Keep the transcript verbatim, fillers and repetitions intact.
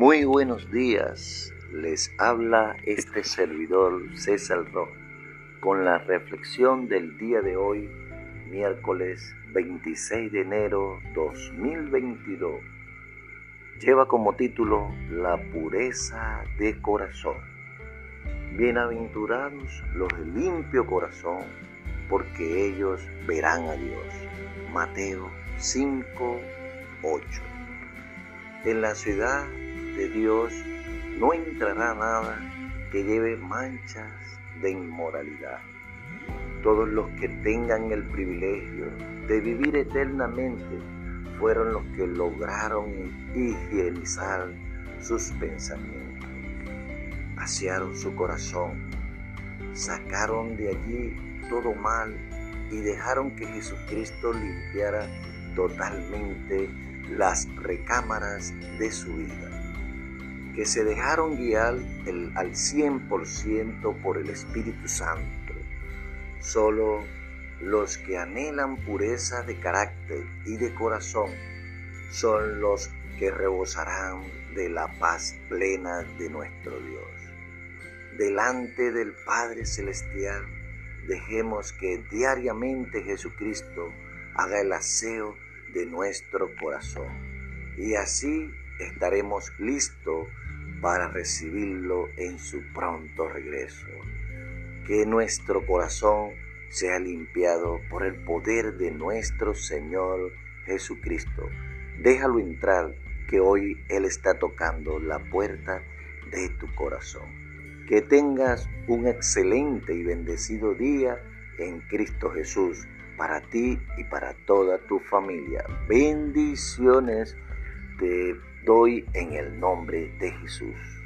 Muy buenos días, les habla este servidor César Rojas con la reflexión del día de hoy, miércoles veintiséis de enero dos mil veintidós. Lleva como título La pureza de corazón. Bienaventurados los de limpio corazón, porque ellos verán a Dios. Mateo cinco, ocho. En la ciudad de Dios no entrará nada que lleve manchas de inmoralidad. Todos los que tengan el privilegio de vivir eternamente fueron los que lograron higienizar sus pensamientos, asearon su corazón, sacaron de allí todo mal y dejaron que Jesucristo limpiara totalmente las recámaras de su vida, que se dejaron guiar el, al cien por ciento por el Espíritu Santo. Solo los que anhelan pureza de carácter y de corazón son los que rebosarán de la paz plena de nuestro Dios. Delante del Padre Celestial, dejemos que diariamente Jesucristo haga el aseo de nuestro corazón, y así estaremos listos para recibirlo en su pronto regreso. Que nuestro corazón sea limpiado por el poder de nuestro Señor Jesucristo. Déjalo entrar, que hoy Él está tocando la puerta de tu corazón. Que tengas un excelente y bendecido día en Cristo Jesús, para ti y para toda tu familia. Bendiciones te doy en el nombre de Jesús.